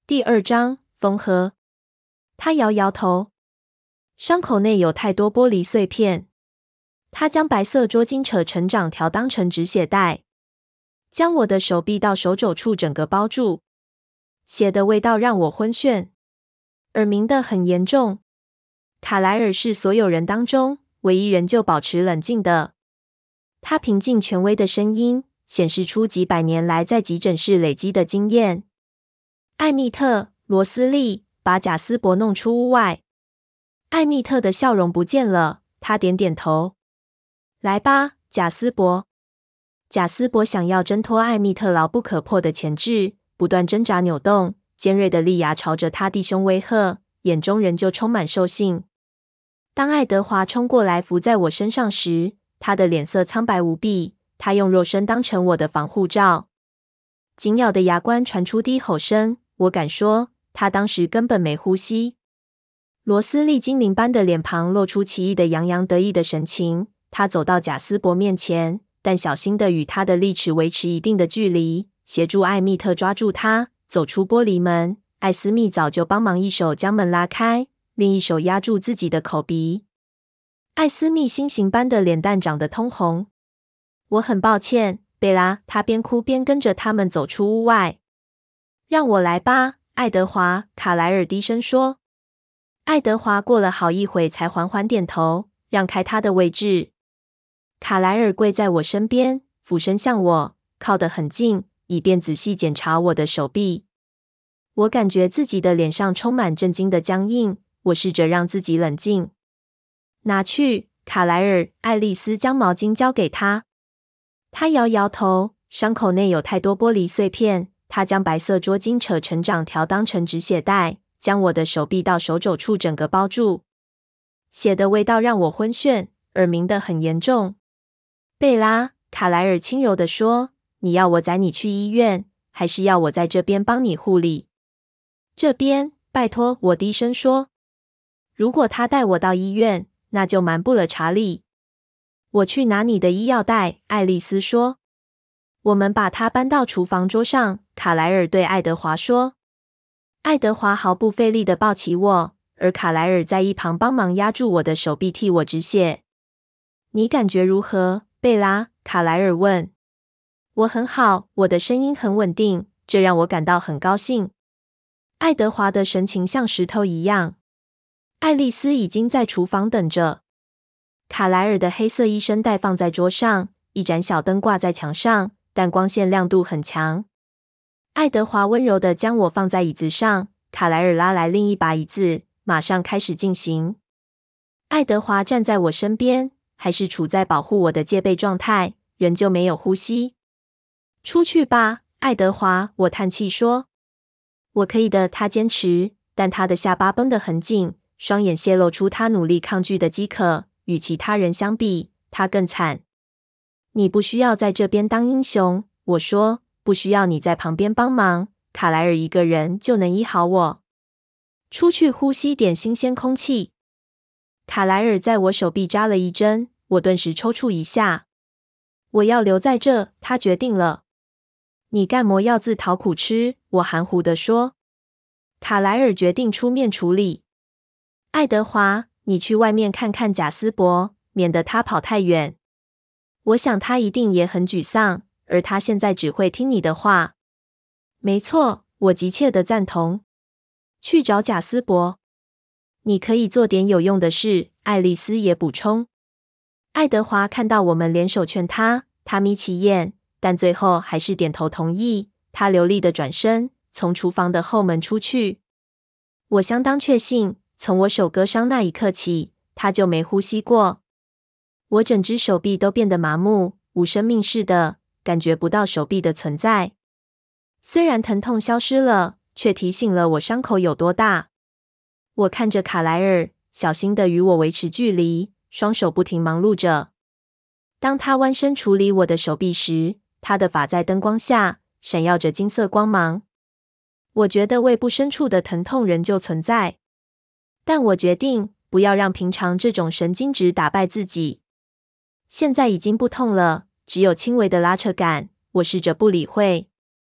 第2章缝合。他摇摇头，伤口内有太多玻璃碎片。他将白色捉襟扯成长条当成止血带，将我的手臂到手肘处整个包住。血的味道让我昏眩，耳鸣得很严重。卡莱尔是所有人当中唯一仍旧保持冷静的。他平静权威的声音显示出几百年来在急诊室累积的经验。艾密特、罗斯利把贾斯伯弄出屋外。艾密特的笑容不见了，他点点头。来吧，贾斯伯。贾斯伯想要挣脱艾密特牢不可破的钳制，不断挣扎扭动，尖锐的利牙朝着他弟兄威吓，眼中仍旧充满兽性。当爱德华冲过来伏在我身上时，他的脸色苍白无比，他用肉身当成我的防护罩。紧咬的牙关传出低吼声，我敢说，他当时根本没呼吸。罗斯利精灵般的脸庞露出奇异的洋洋得意的神情，他走到贾斯伯面前，但小心地与他的利齿维持一定的距离，协助艾密特抓住他，走出玻璃门。艾斯密早就帮忙一手将门拉开，另一手压住自己的口鼻。艾斯密心形般的脸蛋长得通红。我很抱歉，贝拉，他边哭边跟着他们走出屋外。让我来吧，爱德华，卡莱尔低声说。爱德华过了好一会才缓缓点头，让开他的位置。卡莱尔跪在我身边，俯身向我，靠得很近，以便仔细检查我的手臂。我感觉自己的脸上充满震惊的僵硬，我试着让自己冷静。拿去，卡莱尔，爱丽丝将毛巾交给他。他摇摇头，伤口内有太多玻璃碎片。他将白色捉襟扯成长条当成止血带，将我的手臂到手肘处整个包住。血的味道让我昏眩，耳鸣得很严重。贝拉，卡莱尔轻柔地说，你要我载你去医院，还是要我在这边帮你护理？这边，拜托，我低声说。如果他带我到医院，那就瞒不了查理。我去拿你的医药袋，爱丽丝说。我们把它搬到厨房桌上，卡莱尔对爱德华说。爱德华毫不费力地抱起我，而卡莱尔在一旁帮忙压住我的手臂，替我止血。你感觉如何，贝拉？卡莱尔问。我很好，我的声音很稳定，这让我感到很高兴。爱德华的神情像石头一样。爱丽丝已经在厨房等着。卡莱尔的黑色医生袋放在桌上，一盏小灯挂在墙上，但光线亮度很强。爱德华温柔地将我放在椅子上，卡莱尔拉来另一把椅子，马上开始进行。爱德华站在我身边，还是处在保护我的戒备状态，仍旧没有呼吸。出去吧，爱德华，我叹气说。我可以的，他坚持，但他的下巴绷得很紧，双眼泄露出他努力抗拒的饥渴。与其他人相比，他更惨。你不需要在这边当英雄，我说，不需要你在旁边帮忙，卡莱尔一个人就能医好我。出去呼吸点新鲜空气。卡莱尔在我手臂扎了一针，我顿时抽搐一下。我要留在这，他决定了。你干魔药自讨苦吃，我含糊地说。卡莱尔决定出面处理。爱德华，你去外面看看贾斯伯，免得他跑太远。我想他一定也很沮丧，而他现在只会听你的话。没错，我急切地赞同。去找贾斯伯。你可以做点有用的事，爱丽丝也补充。爱德华看到我们联手劝他，他眯起眼，但最后还是点头同意。他流利地转身，从厨房的后门出去。我相当确信，从我手割伤那一刻起，他就没呼吸过。我整只手臂都变得麻木，无生命似的，感觉不到手臂的存在。虽然疼痛消失了，却提醒了我伤口有多大。我看着卡莱尔，小心地与我维持距离，双手不停忙碌着。当他弯身处理我的手臂时，他的发在灯光下闪耀着金色光芒。我觉得胃部深处的疼痛仍旧存在。但我决定不要让平常这种神经质打败自己。现在已经不痛了，只有轻微的拉扯感。我试着不理会。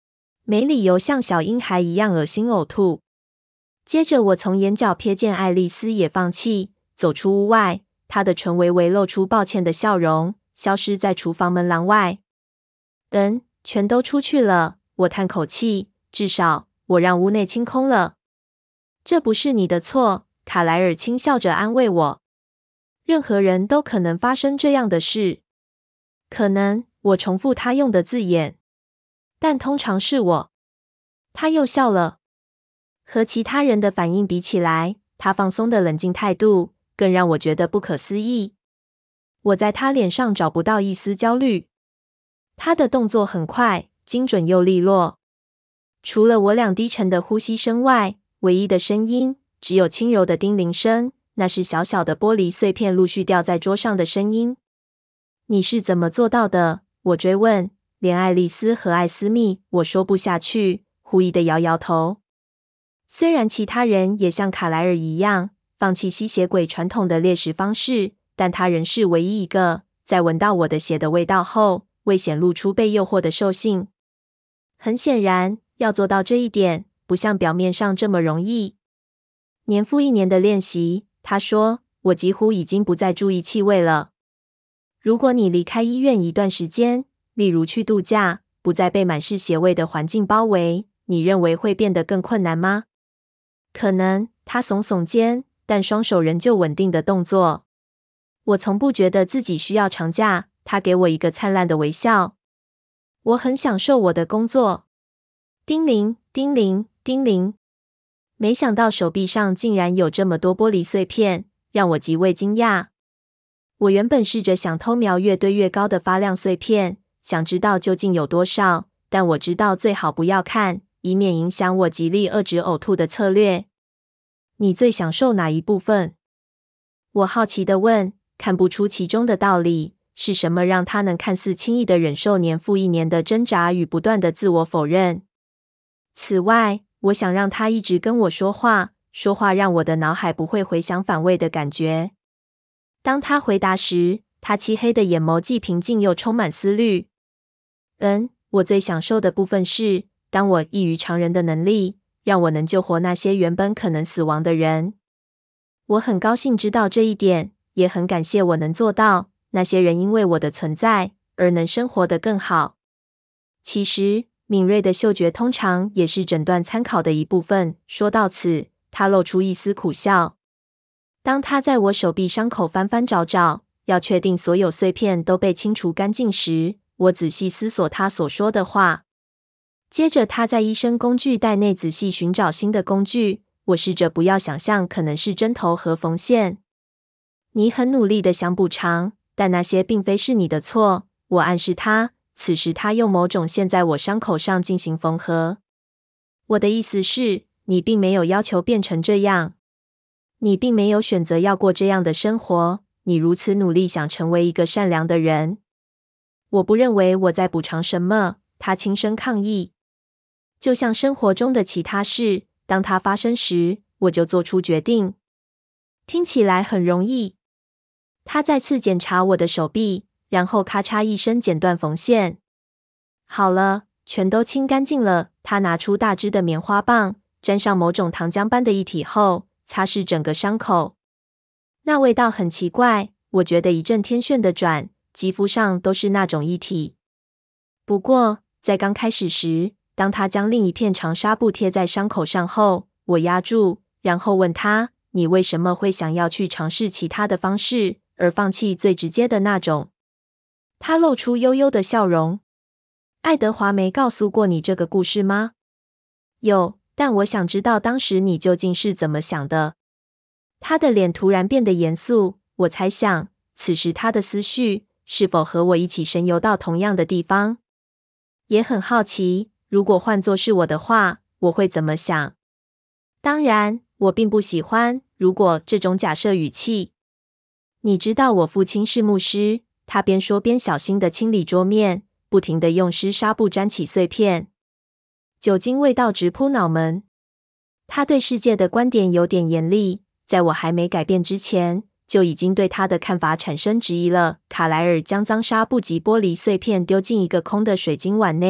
没理由像小婴孩一样恶心呕吐。接着我从眼角瞥见爱丽丝也放弃，走出屋外，她的唇微微露出抱歉的笑容，消失在厨房门廊外。全都出去了，我叹口气，至少我让屋内清空了。这不是你的错，卡莱尔轻笑着安慰我。任何人都可能发生这样的事。可能，我重复他用的字眼。但通常是我。他又笑了。和其他人的反应比起来，他放松的冷静态度更让我觉得不可思议。我在他脸上找不到一丝焦虑。他的动作很快，精准又利落。除了我俩低沉的呼吸声外，唯一的声音只有轻柔的叮铃声，那是小小的玻璃碎片陆续掉在桌上的声音。你是怎么做到的？我追问。连爱丽丝和艾斯密，我说不下去，狐疑的摇摇头。虽然其他人也像卡莱尔一样放弃吸血鬼传统的猎食方式，但他仍是唯一一个在闻到我的血的味道后未显露出被诱惑的兽性。很显然，要做到这一点，不像表面上这么容易。年复一年的练习，他说，我几乎已经不再注意气味了。如果你离开医院一段时间，例如去度假，不再被满是血味的环境包围，你认为会变得更困难吗？可能，他耸耸肩，但双手仍旧稳定的动作。我从不觉得自己需要长假，他给我一个灿烂的微笑。我很享受我的工作。叮铃，叮铃，叮铃。没想到手臂上竟然有这么多玻璃碎片，让我极为惊讶。我原本试着想偷瞄越堆越高的发亮碎片，想知道究竟有多少，但我知道最好不要看，以免影响我极力遏制呕吐的策略。你最享受哪一部分？我好奇地问，看不出其中的道理，是什么让他能看似轻易地忍受年复一年的挣扎与不断的自我否认？此外，我想让他一直跟我说话，说话让我的脑海不会回想反胃的感觉。当他回答时，他漆黑的眼眸既平静又充满思虑。我最享受的部分是，当我异于常人的能力，让我能救活那些原本可能死亡的人。我很高兴知道这一点，也很感谢我能做到，那些人因为我的存在而能生活得更好。其实，敏锐的嗅觉通常也是诊断参考的一部分。说到此，他露出一丝苦笑。当他在我手臂伤口翻翻找找，要确定所有碎片都被清除干净时，我仔细思索他所说的话。接着他在医生工具袋内仔细寻找新的工具，我试着不要想象可能是针头和缝线。你很努力地想补偿，但那些并非是你的错，我暗示他。此时他用某种线在我伤口上进行缝合。我的意思是，你并没有要求变成这样。你并没有选择要过这样的生活，你如此努力想成为一个善良的人。我不认为我在补偿什么，他轻声抗议。就像生活中的其他事，当它发生时，我就做出决定。听起来很容易。他再次检查我的手臂，然后咔嚓一声剪断缝线。好了，全都清干净了。他拿出大支的棉花棒，沾上某种糖浆般的液体后，擦拭整个伤口。那味道很奇怪，我觉得一阵天旋地转，肌肤上都是那种液体。不过，在刚开始时，当他将另一片长纱布贴在伤口上后，我压住，然后问他，你为什么会想要去尝试其他的方式，而放弃最直接的那种？他露出悠悠的笑容。爱德华没告诉过你这个故事吗？有，但我想知道当时你究竟是怎么想的。他的脸突然变得严肃，我猜想，此时他的思绪是否和我一起神游到同样的地方。也很好奇，如果换作是我的话，我会怎么想？当然，我并不喜欢如果这种假设语气。你知道我父亲是牧师，他边说边小心地清理桌面，不停地用湿纱布沾起碎片。酒精味道直扑脑门。他对世界的观点有点严厉，在我还没改变之前，就已经对他的看法产生质疑了。卡莱尔将脏纱布及玻璃碎片丢进一个空的水晶碗内，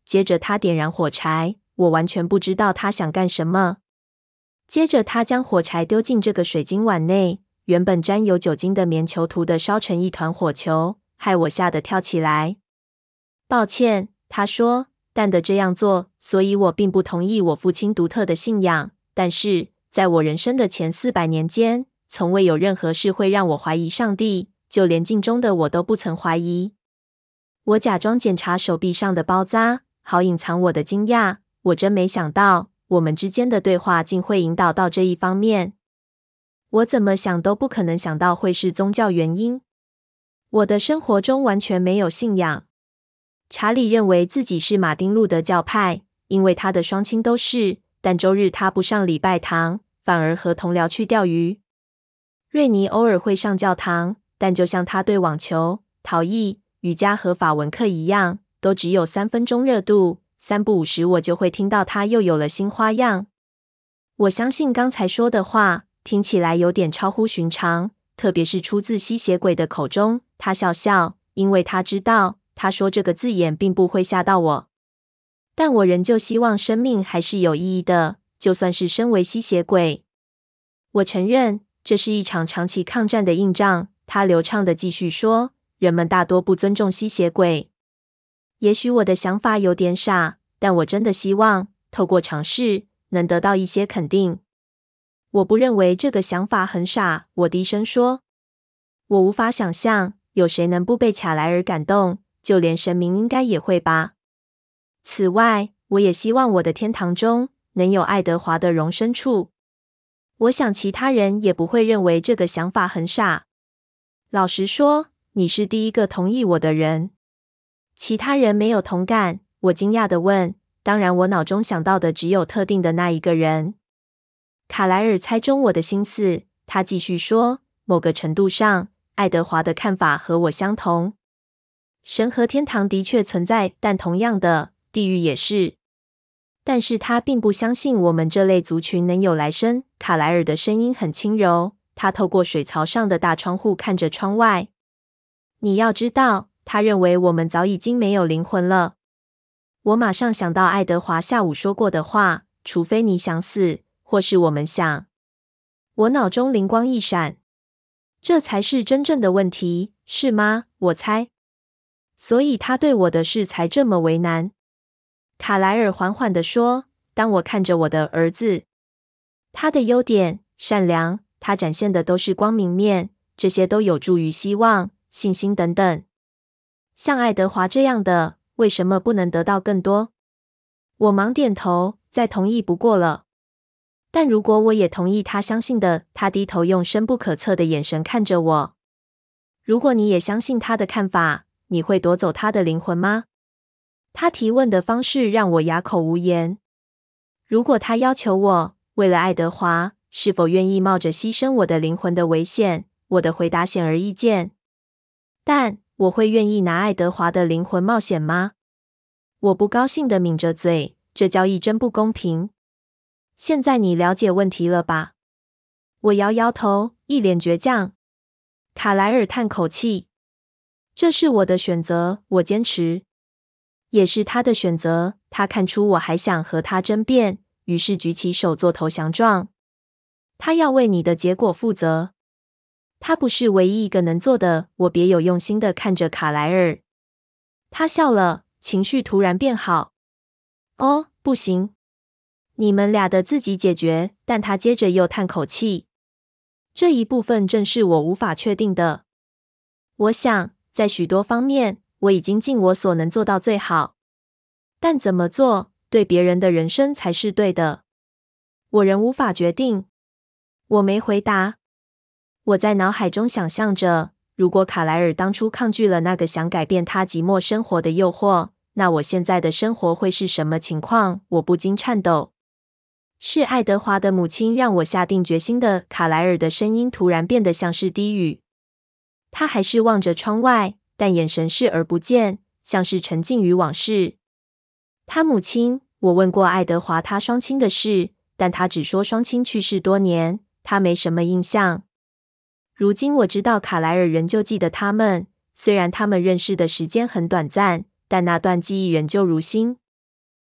接着他点燃火柴，我完全不知道他想干什么。接着他将火柴丢进这个水晶碗内，原本沾有酒精的棉球突地烧成一团火球，害我吓得跳起来。抱歉，他说，但得这样做，所以我并不同意我父亲独特的信仰，但是在我人生的前400年间，从未有任何事会让我怀疑上帝，就连镜中的我都不曾怀疑。我假装检查手臂上的包扎，好隐藏我的惊讶。我真没想到，我们之间的对话竟会引导到这一方面。我怎么想都不可能想到会是宗教原因。我的生活中完全没有信仰。查理认为自己是马丁路德教派，因为他的双亲都是，但周日他不上礼拜堂，反而和同僚去钓鱼。瑞尼偶尔会上教堂，但就像他对网球、陶艺、瑜伽和法文课一样，都只有3分钟热度，3不5时我就会听到他又有了新花样。我相信刚才说的话听起来有点超乎寻常，特别是出自吸血鬼的口中。他笑笑，因为他知道他说这个字眼并不会吓到我。但我仍旧希望生命还是有意义的，就算是身为吸血鬼。我承认，这是一场长期抗战的硬仗。他流畅地继续说，人们大多不尊重吸血鬼。也许我的想法有点傻，但我真的希望透过尝试能得到一些肯定。我不认为这个想法很傻，我低声说。我无法想象有谁能不被卡莱尔感动，就连神明应该也会吧。此外，我也希望我的天堂中能有爱德华的容身处。我想其他人也不会认为这个想法很傻。老实说，你是第一个同意我的人。其他人没有同感，我惊讶地问。当然，我脑中想到的只有特定的那一个人。卡莱尔猜中我的心思，他继续说，某个程度上，爱德华的看法和我相同。神和天堂的确存在，但同样的，地狱也是。但是他并不相信我们这类族群能有来生。卡莱尔的声音很轻柔，他透过水槽上的大窗户看着窗外。你要知道，他认为我们早已经没有灵魂了。我马上想到爱德华下午说过的话，除非你想死，或是我们想。我脑中灵光一闪，这才是真正的问题，是吗？我猜。所以他对我的事才这么为难。卡莱尔缓缓地说，当我看着我的儿子，他的优点，善良，他展现的都是光明面，这些都有助于希望、信心等等。像爱德华这样的，为什么不能得到更多？我忙点头，再同意不过了。但如果我也同意他相信的，他低头用深不可测的眼神看着我。如果你也相信他的看法，你会夺走他的灵魂吗？他提问的方式让我哑口无言。如果他要求我，为了爱德华，是否愿意冒着牺牲我的灵魂的危险，我的回答显而易见。但我会愿意拿爱德华的灵魂冒险吗？我不高兴地抿着嘴，这交易真不公平。现在你了解问题了吧？我摇摇头，一脸倔强。卡莱尔叹口气。这是我的选择，我坚持。也是他的选择，他看出我还想和他争辩，于是举起手做投降状。他要为你的结果负责。他不是唯一一个能做的，我别有用心地看着卡莱尔。他笑了，情绪突然变好。哦，不行。你们俩的自己解决，但他接着又叹口气。这一部分正是我无法确定的。我想，在许多方面，我已经尽我所能做到最好。但怎么做，对别人的人生才是对的。我仍无法决定。我没回答。我在脑海中想象着，如果卡莱尔当初抗拒了那个想改变他寂寞生活的诱惑，那我现在的生活会是什么情况？我不禁颤抖。是爱德华的母亲让我下定决心的。卡莱尔的声音突然变得像是低语。他还是望着窗外，但眼神视而不见，像是沉浸于往事。他母亲，我问过爱德华他双亲的事，但他只说双亲去世多年，他没什么印象。如今我知道卡莱尔仍旧记得他们，虽然他们认识的时间很短暂，但那段记忆仍旧如新。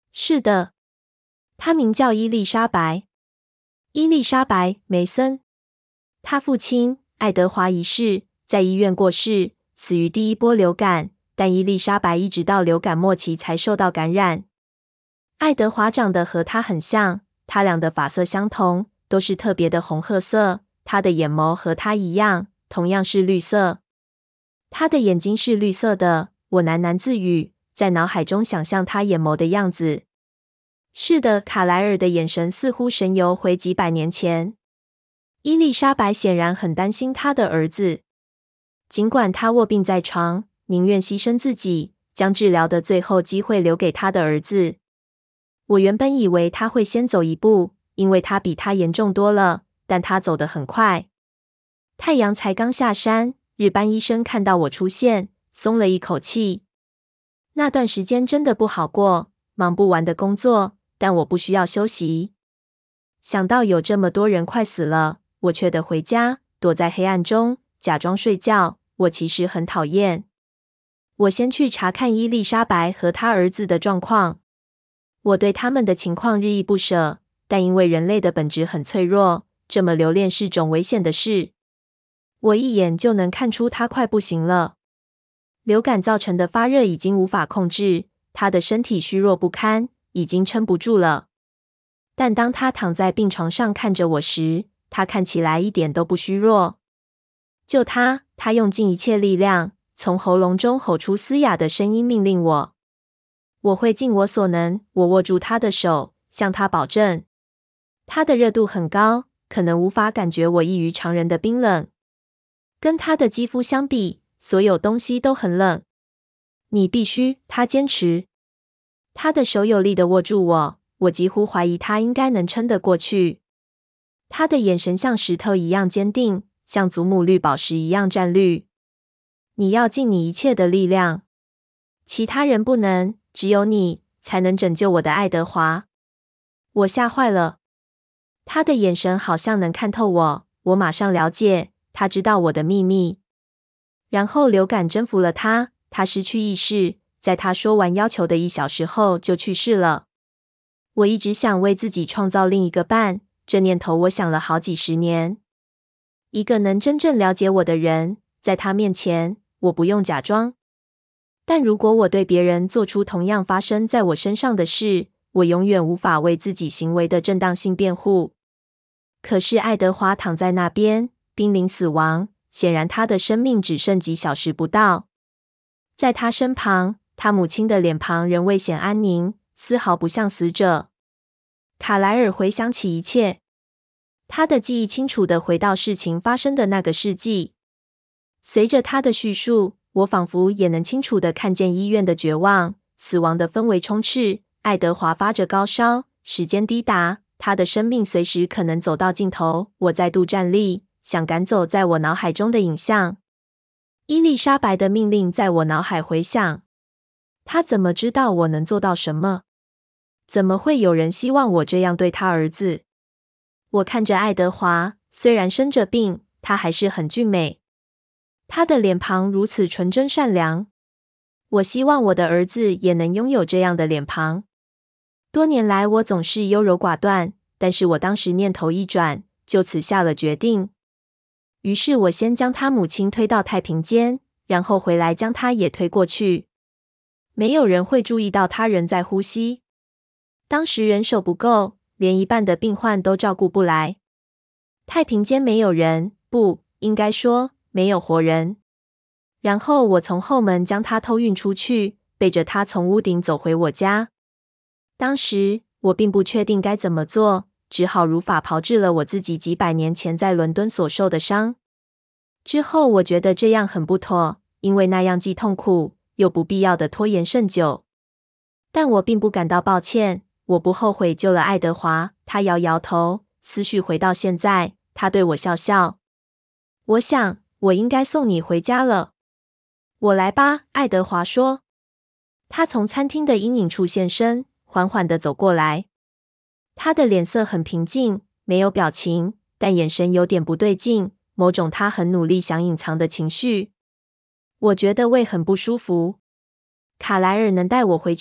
是的，她名叫伊丽莎白。伊丽莎白·梅森。她父亲爱德华一世在医院过世，死于第一波流感，但伊丽莎白一直到流感末期才受到感染。爱德华长得和她很像，他俩的发色相同，都是特别的红褐色。他的眼眸和他一样，同样是绿色。他的眼睛是绿色的，我喃喃自语，在脑海中想象他眼眸的样子。是的，卡莱尔的眼神似乎神游回几百年前。伊丽莎白显然很担心她的儿子，尽管她卧病在床，宁愿牺牲自己，将治疗的最后机会留给她的儿子。我原本以为他会先走一步，因为他比他严重多了，但他走得很快。太阳才刚下山，日班医生看到我出现，松了一口气。那段时间真的不好过，忙不完的工作，但我不需要休息。想到有这么多人快死了，我却得回家，躲在黑暗中，假装睡觉。我其实很讨厌。我先去查看伊丽莎白和她儿子的状况。我对他们的情况日益不舍，但因为人类的本质很脆弱，这么留恋是种危险的事。我一眼就能看出他快不行了。流感造成的发热已经无法控制，他的身体虚弱不堪，已经撑不住了。但当他躺在病床上看着我时，他看起来一点都不虚弱。救他！他用尽一切力量，从喉咙中吼出嘶哑的声音，命令我。我会尽我所能。我握住他的手，向他保证。他的热度很高，可能无法感觉我异于常人的冰冷。跟他的肌肤相比，所有东西都很冷。你必须，他坚持。他的手有力地握住我，我几乎怀疑他应该能撑得过去。他的眼神像石头一样坚定，像祖母绿宝石一样湛绿。你要尽你一切的力量，其他人不能，只有你才能拯救我的爱德华。我吓坏了。他的眼神好像能看透我，我马上了解，他知道我的秘密。然后流感征服了他，他失去意识，在他说完要求的1小时后就去世了。我一直想为自己创造另一个伴，这念头我想了好几十年。一个能真正了解我的人，在他面前，我不用假装。但如果我对别人做出同样发生在我身上的事，我永远无法为自己行为的正当性辩护。可是爱德华躺在那边，濒临死亡，显然他的生命只剩几小时不到。在他身旁，他母亲的脸庞仍未显安宁，丝毫不像死者。卡莱尔回想起一切，他的记忆清楚地回到事情发生的那个世纪。随着他的叙述，我仿佛也能清楚地看见医院的绝望，死亡的氛围充斥。爱德华发着高烧，时间抵达，他的生命随时可能走到尽头。我再度站立，想赶走在我脑海中的影像。伊丽莎白的命令在我脑海回响。他怎么知道我能做到什么？怎么会有人希望我这样对他儿子？我看着爱德华，虽然生着病，他还是很俊美。他的脸庞如此纯真善良。我希望我的儿子也能拥有这样的脸庞。多年来，我总是优柔寡断，但是我当时念头一转，就此下了决定。于是我先将他母亲推到太平间，然后回来将他也推过去。没有人会注意到他仍在呼吸。当时人手不够，连一半的病患都照顾不来。太平间没有人，不，应该说没有活人。然后我从后门将他偷运出去，背着他从屋顶走回我家。当时我并不确定该怎么做，只好如法炮制了我自己几百年前在伦敦所受的伤。之后我觉得这样很不妥，因为那样既痛苦又不必要的拖延甚久。但我并不感到抱歉，我不后悔救了爱德华。他摇摇头，思绪回到现在，他对我笑笑。我想，我应该送你回家了。我来吧，爱德华说。他从餐厅的阴影处现身，缓缓地走过来。他的脸色很平静，没有表情，但眼神有点不对劲，某种他很努力想隐藏的情绪。我觉得胃很不舒服。卡莱尔能带我回去，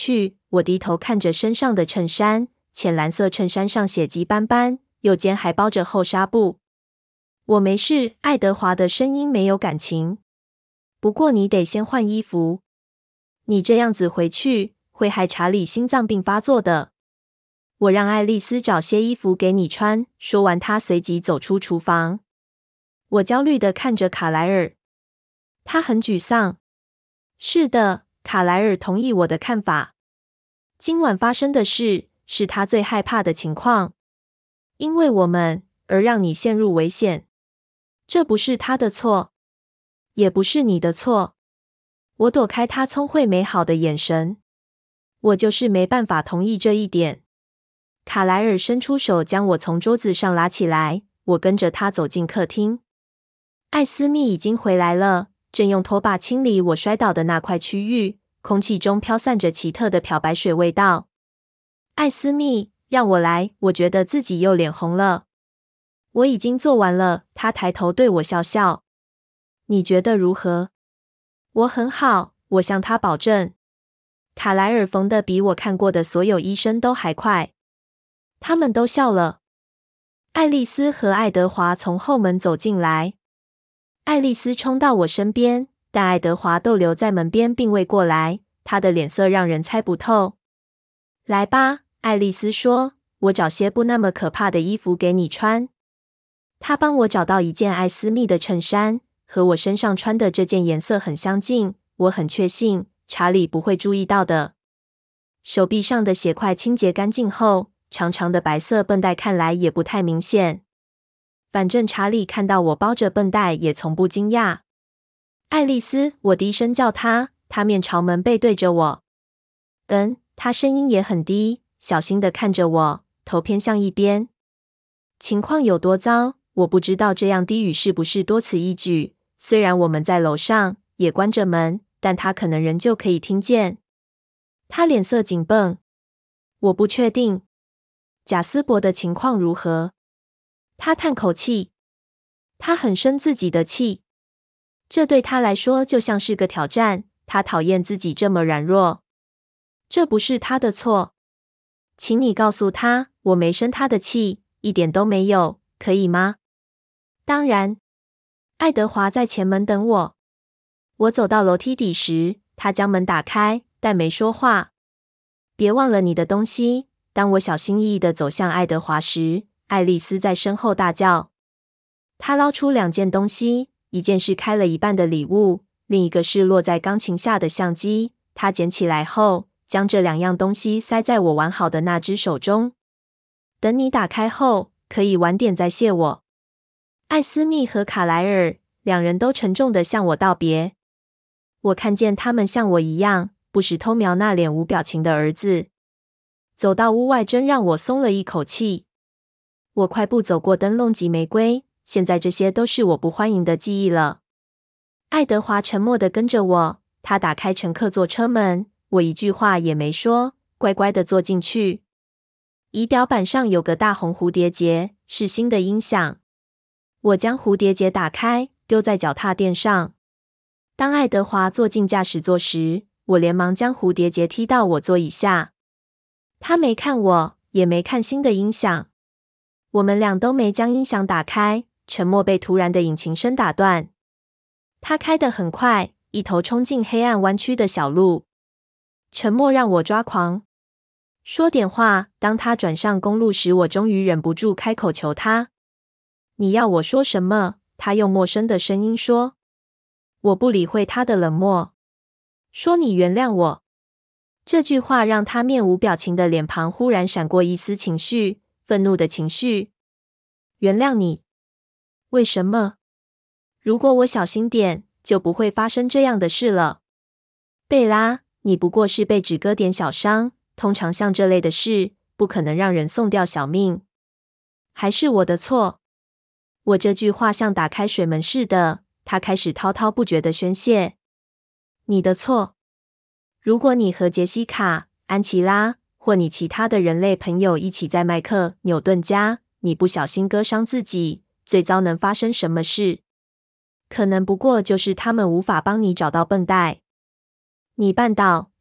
我低头看着身上的衬衫，浅蓝色衬衫上血迹斑斑，右肩还包着厚纱布。我没事，爱德华的声音没有感情。不过你得先换衣服。你这样子回去，会害查理心脏病发作的。我让爱丽丝找些衣服给你穿。说完，她随即走出厨房。我焦虑地看着卡莱尔，他很沮丧。是的，卡莱尔同意我的看法。今晚发生的事是他最害怕的情况，因为我们而让你陷入危险。这不是他的错，也不是你的错。我躲开他聪慧美好的眼神。我就是没办法同意这一点。卡莱尔伸出手将我从桌子上拉起来，我跟着他走进客厅。艾斯密已经回来了，正用拖把清理我摔倒的那块区域，空气中飘散着奇特的漂白水味道。艾斯密，让我来，我觉得自己又脸红了。我已经做完了，他抬头对我笑笑。你觉得如何？我很好，我向他保证。卡莱尔缝得比我看过的所有医生都还快。他们都笑了。爱丽丝和爱德华从后门走进来。爱丽丝冲到我身边，但爱德华逗留在门边并未过来，他的脸色让人猜不透。来吧，爱丽丝说，我找些不那么可怕的衣服给你穿。她帮我找到一件艾斯密的衬衫，和我身上穿的这件颜色很相近，我很确信查理不会注意到的。手臂上的血块清洁干净后，长长的白色绷带看来也不太明显。反正查理看到我包着绷带也从不惊讶。爱丽丝，我低声叫她，她面朝门背对着我。她声音也很低，小心地看着我，头偏向一边。情况有多糟，我不知道这样低语是不是多此一举。虽然我们在楼上，也关着门，但她可能仍旧可以听见。她脸色紧绷。我不确定。贾斯伯的情况如何？他叹口气。他很生自己的气。这对他来说就像是个挑战，他讨厌自己这么软弱。这不是他的错。请你告诉他，我没生他的气，一点都没有，可以吗？当然。爱德华在前门等我。我走到楼梯底时，他将门打开，但没说话。别忘了你的东西。当我小心翼翼地走向爱德华时，爱丽丝在身后大叫。她捞出2件东西，一件是开了一半的礼物，另一个是落在钢琴下的相机。她捡起来后，将这2样东西塞在我完好的那只手中。等你打开后，可以晚点再谢我。艾斯密和卡莱尔2人都沉重地向我道别。我看见他们像我一样，不时偷瞄那脸无表情的儿子。走到屋外，真让我松了一口气。我快步走过灯笼及玫瑰，现在这些都是我不欢迎的记忆了。爱德华沉默地跟着我，他打开乘客座车门，我一句话也没说，乖乖地坐进去。仪表板上有个大红蝴蝶结，是新的音响。我将蝴蝶结打开，丢在脚踏垫上。当爱德华坐进驾驶座时，我连忙将蝴蝶结踢到我座椅下。他没看我，也没看新的音响。我们俩都没将音响打开，沉默被突然的引擎声打断。他开得很快，一头冲进黑暗弯曲的小路。沉默让我抓狂。说点话。当他转上公路时，我终于忍不住开口求他。你要我说什么？他用陌生的声音说。我不理会他的冷漠。说你原谅我。这句话让他面无表情的脸庞忽然闪过一丝情绪，愤怒的情绪。原谅你？为什么？如果我小心点，就不会发生这样的事了。贝拉，你不过是被纸割点小伤，通常像这类的事，不可能让人送掉小命。还是我的错。我这句话像打开水门似的，他开始滔滔不绝地宣泄。你的错。如果你和杰西卡、安琪拉或你其他的人类朋友一起在麦克纽顿家，你不小心割伤自己，最糟能发生什么事？可能不过就是他们无法帮你找到绷带。你绊倒，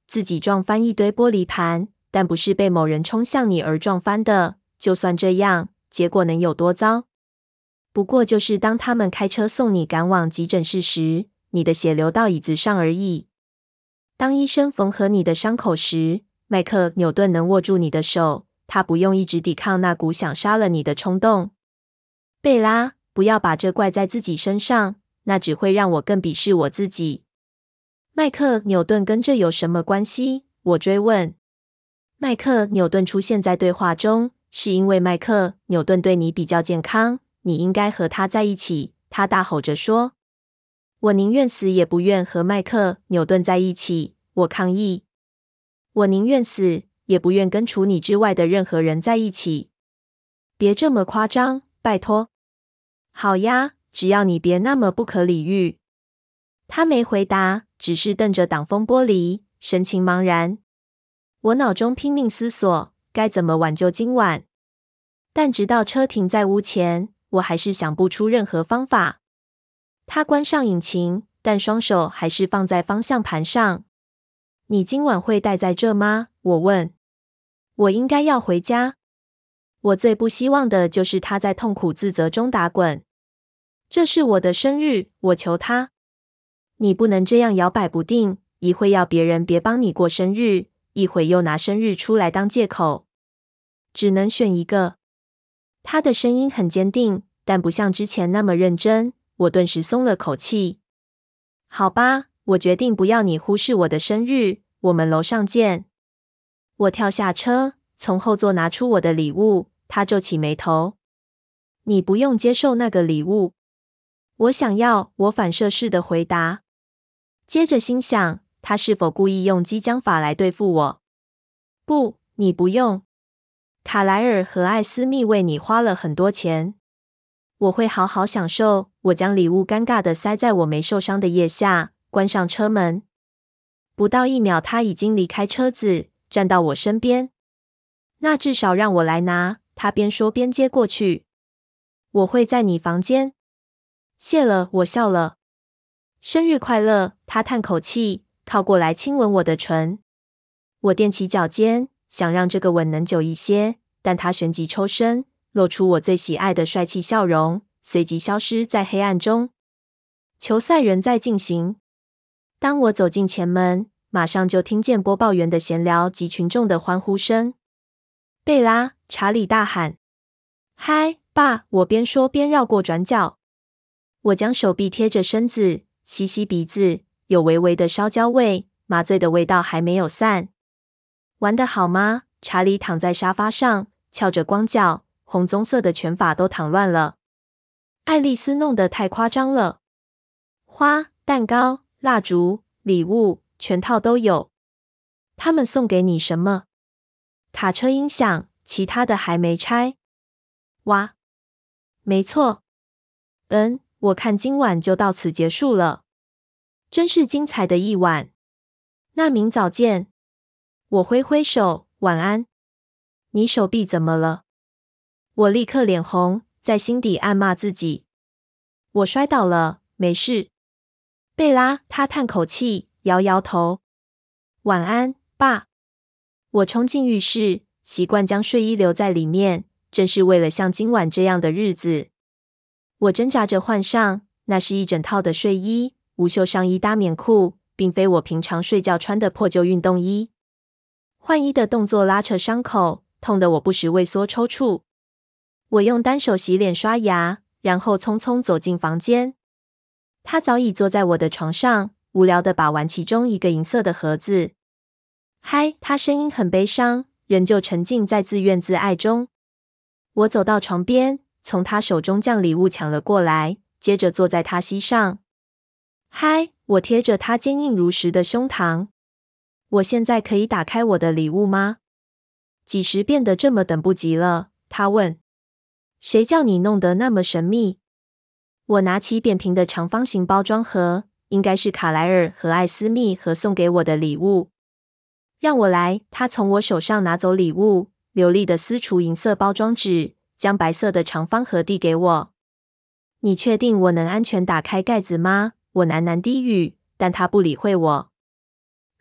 自己撞翻一堆玻璃盘，但不是被某人冲向你而撞翻的。就算这样，结果能有多糟？不过就是当他们开车送你赶往急诊室时，你的血流到椅子上而已。当医生缝合你的伤口时，麦克纽顿能握住你的手，他不用一直抵抗那股想杀了你的冲动。贝拉，不要把这怪在自己身上，那只会让我更鄙视我自己。麦克纽顿跟这有什么关系？我追问。麦克纽顿出现在对话中，是因为麦克纽顿对你比较健康，你应该和他在一起。他大吼着说。我宁愿死也不愿和麦克纽顿在一起，我抗议。我宁愿死也不愿跟除你之外的任何人在一起。别这么夸张，拜托。好呀，只要你别那么不可理喻。他没回答，只是瞪着挡风玻璃，神情茫然。我脑中拼命思索该怎么挽救今晚，但直到车停在屋前，我还是想不出任何方法。他关上引擎，但双手还是放在方向盘上。你今晚会待在这吗？我问。我应该要回家。我最不希望的就是他在痛苦自责中打滚。这是我的生日，我求他。你不能这样摇摆不定，一会要别人别帮你过生日，一会又拿生日出来当借口。只能选一个。他的声音很坚定，但不像之前那么认真。我顿时松了口气。好吧，我决定不要你忽视我的生日，我们楼上见。我跳下车，从后座拿出我的礼物，他皱起眉头。你不用接受那个礼物。我想要，我反射式的回答。接着心想，他是否故意用激将法来对付我？不，你不用。卡莱尔和艾斯密为你花了很多钱。我会好好享受。我将礼物尴尬地塞在我没受伤的腋下，关上车门。不到1秒，他已经离开车子，站到我身边。那至少让我来拿，他边说边接过去。我会在你房间。谢了，我笑了。生日快乐，他叹口气，靠过来亲吻我的唇。我踮起脚尖，想让这个吻能久一些，但他旋即抽身，露出我最喜爱的帅气笑容，随即消失在黑暗中。球赛仍在进行。当我走进前门，马上就听见播报员的闲聊及群众的欢呼声。贝拉，查理大喊。嗨，爸！我边说边绕过转角。我将手臂贴着身子，吸吸鼻子，有微微的烧焦味，麻醉的味道还没有散。玩得好吗？查理躺在沙发上，翘着光脚，红棕色的卷发都躺乱了。爱丽丝弄得太夸张了。花、蛋糕、蜡烛、礼物，全套都有。他们送给你什么？卡车音响，其他的还没拆。哇，没错。我看今晚就到此结束了。真是精彩的一晚。那明早见。我挥挥手，晚安。你手臂怎么了？我立刻脸红，在心底暗骂自己。我摔倒了，没事。贝拉，他叹口气，摇摇头。晚安，爸。我冲进浴室，习惯将睡衣留在里面，正是为了像今晚这样的日子。我挣扎着换上，那是一整套的睡衣，无袖上衣搭棉裤，并非我平常睡觉穿的破旧运动衣。换衣的动作拉扯伤口，痛得我不时畏缩抽搐。我用单手洗脸刷牙，然后匆匆走进房间。他早已坐在我的床上，无聊地把玩其中一个银色的盒子。嗨，他声音很悲伤，仍旧沉浸在自怨自艾中。我走到床边，从他手中将礼物抢了过来，接着坐在他膝上。嗨，我贴着他坚硬如石的胸膛。我现在可以打开我的礼物吗？几时变得这么等不及了？他问。谁叫你弄得那么神秘？我拿起扁平的长方形包装盒，应该是卡莱尔和艾斯密合送给我的礼物。让我来。他从我手上拿走礼物，流利的撕除银色包装纸，将白色的长方盒递给我。你确定我能安全打开盖子吗？我喃喃低语，但他不理会我。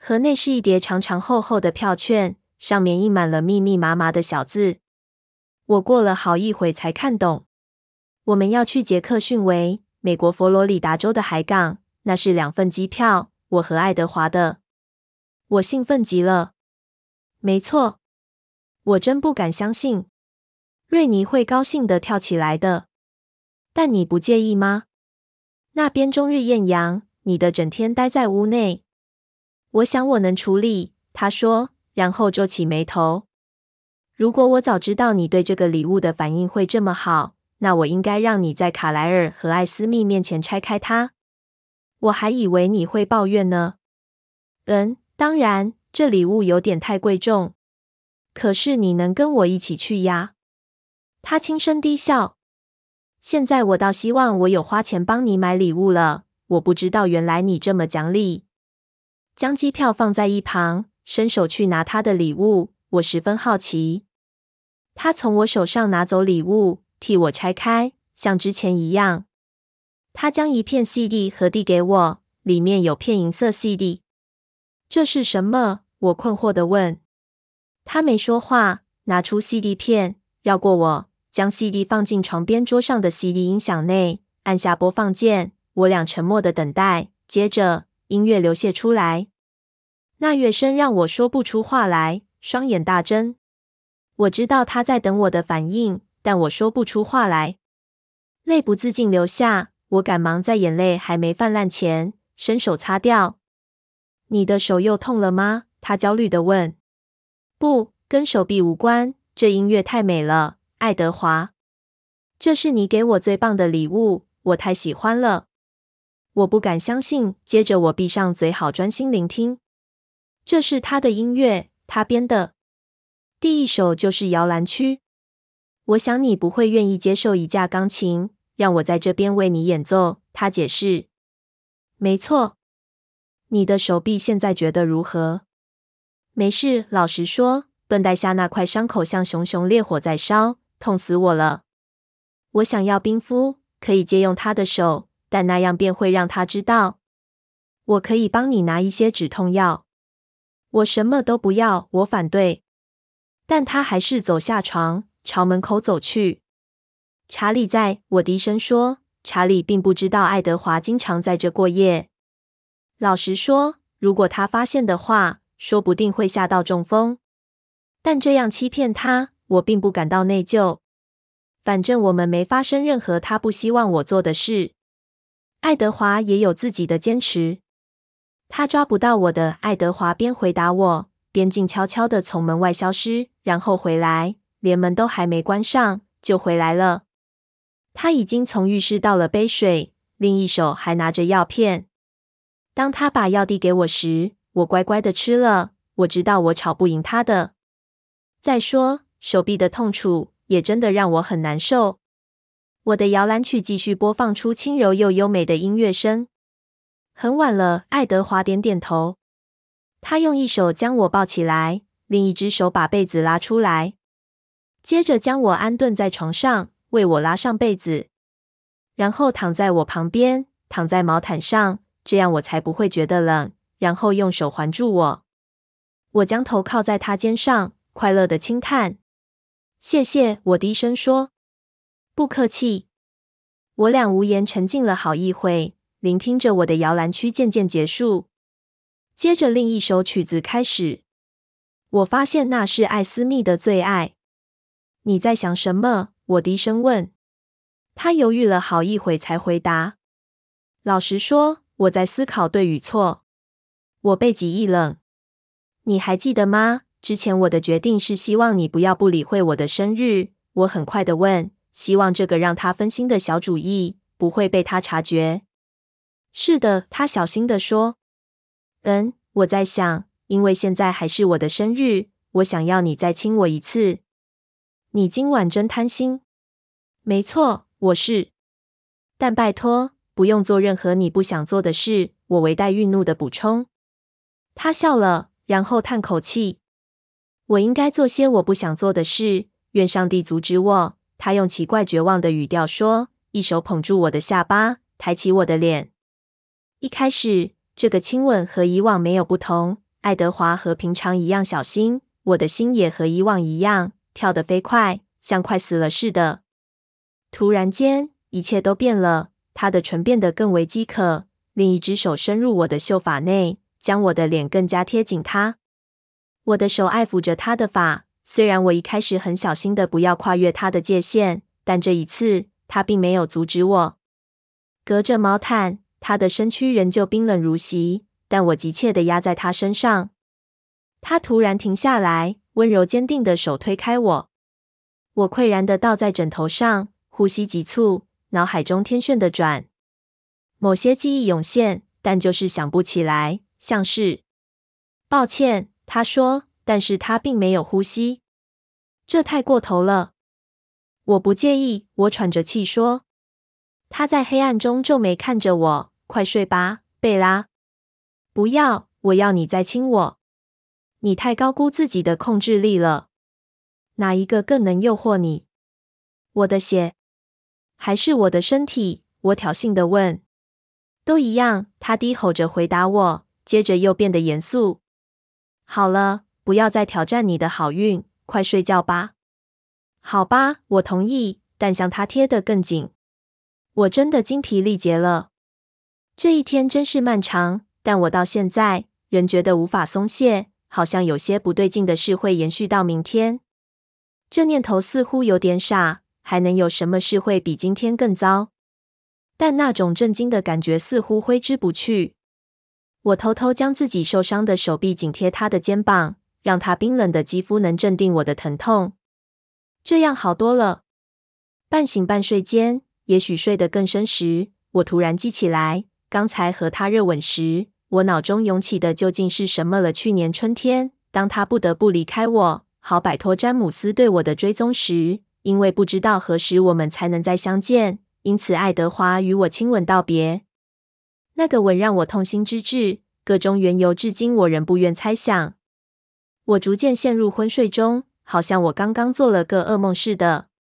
盒内是一叠长长厚厚的票券，上面印满了密密麻麻的小字。我过了好一会才看懂。我们要去杰克逊维，美国佛罗里达州的海港，那是2份机票，我和爱德华的。我兴奋极了。没错，我真不敢相信。瑞尼会高兴地跳起来的。但你不介意吗？那边终日艳阳，你的整天待在屋内。我想我能处理，他说，然后皱起眉头。如果我早知道你对这个礼物的反应会这么好，那我应该让你在卡莱尔和艾斯密面前拆开它。我还以为你会抱怨呢。当然，这礼物有点太贵重。可是你能跟我一起去呀？他轻声低笑。现在我倒希望我有花钱帮你买礼物了。我不知道原来你这么讲理。将机票放在一旁，伸手去拿他的礼物。我十分好奇。他从我手上拿走礼物，替我拆开，像之前一样。他将一片 CD 盒递给我，里面有片银色 CD。这是什么？我困惑地问。他没说话，拿出 CD 片，绕过我，将 CD 放进床边桌上的 CD 音响内，按下播放键。我俩沉默地等待，接着音乐流泻出来。那乐声让我说不出话来，双眼大睁。我知道他在等我的反应，但我说不出话来。泪不自禁流下，我赶忙在眼泪还没泛滥前，伸手擦掉。你的手又痛了吗？他焦虑地问。不，跟手臂无关，这音乐太美了，爱德华。这是你给我最棒的礼物，我太喜欢了。我不敢相信，接着我闭上嘴，好专心聆听。这是他的音乐，他编的。第一首就是摇篮曲。我想你不会愿意接受一架钢琴，让我在这边为你演奏，他解释。没错。你的手臂现在觉得如何？没事，老实说，绷带下那块伤口像熊熊烈火在烧，痛死我了。我想要冰敷，可以借用他的手，但那样便会让他知道。我可以帮你拿一些止痛药。我什么都不要，我反对。但他还是走下床，朝门口走去。查理在，我低声说。查理并不知道爱德华经常在这过夜。老实说，如果他发现的话，说不定会吓到中风。但这样欺骗他，我并不感到内疚。反正我们没发生任何他不希望我做的事。爱德华也有自己的坚持。他抓不到我的，爱德华边回答我，边静悄悄地从门外消失，然后回来，连门都还没关上，就回来了。他已经从浴室倒了杯水，另一手还拿着药片。当他把药递给我时，我乖乖地吃了。我知道我吵不赢他的。再说，手臂的痛楚也真的让我很难受。我的摇篮曲继续播放出轻柔又优美的音乐声。很晚了，爱德华点点头。他用一手将我抱起来，另一只手把被子拉出来，接着将我安顿在床上，为我拉上被子，然后躺在我旁边，躺在毛毯上，这样我才不会觉得冷，然后用手环住我。我将头靠在他肩上，快乐地轻叹。谢谢，我低声说。不客气。我俩无言沉静了好一会，聆听着我的摇篮曲渐渐结束。接着另一首曲子开始。我发现那是艾斯密的最爱。你在想什么？我低声问。他犹豫了好一会才回答。老实说，我在思考对与错。我背脊一冷。你还记得吗？之前我的决定是希望你不理会我的生日。我很快地问，希望这个让他分心的小主意不会被他察觉。是的，他小心地说。我在想，因为现在还是我的生日，我想要你再亲我一次。你今晚真贪心。没错，我是。但拜托，不用做任何你不想做的事，我微带愠怒地补充。他笑了，然后叹口气。我应该做些我不想做的事，愿上帝阻止我。他用奇怪绝望的语调说，一手捧住我的下巴，抬起我的脸。一开始，这个亲吻和以往没有不同， 爱德华和平常一样小心，我的心也和以往一样跳得飞快，像快死了似的。突然间，一切都变了，他的唇变得更为饥渴，另一只手伸入我的秀发内，将我的脸更加贴紧他。我的手爱抚着他的发，虽然我一开始很小心的不要跨越他的界限，但这一次他并没有阻止我。隔着毛毯，他的身躯仍旧冰冷如席，但我急切地压在他身上。他突然停下来，温柔坚定的手推开我。我喟然地倒在枕头上，呼吸急促，脑海中天旋地转。某些记忆涌现，但就是想不起来，像是……抱歉，他说，但是他并没有呼吸。这太过头了。我不介意，我喘着气说。他在黑暗中皱眉看着我，快睡吧，贝拉。不要，我要你再亲我。你太高估自己的控制力了。哪一个更能诱惑你？我的血，还是我的身体？我挑衅地问。都一样，他低吼着回答我，接着又变得严肃。好了，不要再挑战你的好运，快睡觉吧。好吧，我同意，但向他贴得更紧。我真的精疲力竭了。这一天真是漫长，但我到现在仍觉得无法松懈，好像有些不对劲的事会延续到明天。这念头似乎有点傻，还能有什么事会比今天更糟？但那种震惊的感觉似乎挥之不去。我偷偷将自己受伤的手臂紧贴他的肩膀，让他冰冷的肌肤能镇定我的疼痛。这样好多了。半醒半睡间，也许睡得更深时，我突然记起来，刚才和他热吻时，我脑中涌起的究竟是什么了？去年春天，当他不得不离开我，好摆脱詹姆斯对我的追踪时，因为不知道何时我们才能再相见，因此爱德华与我亲吻道别。那个吻让我痛心之至，个中缘由至今我仍不愿猜想。我逐渐陷入昏睡中，好像我刚刚做了个噩梦似的。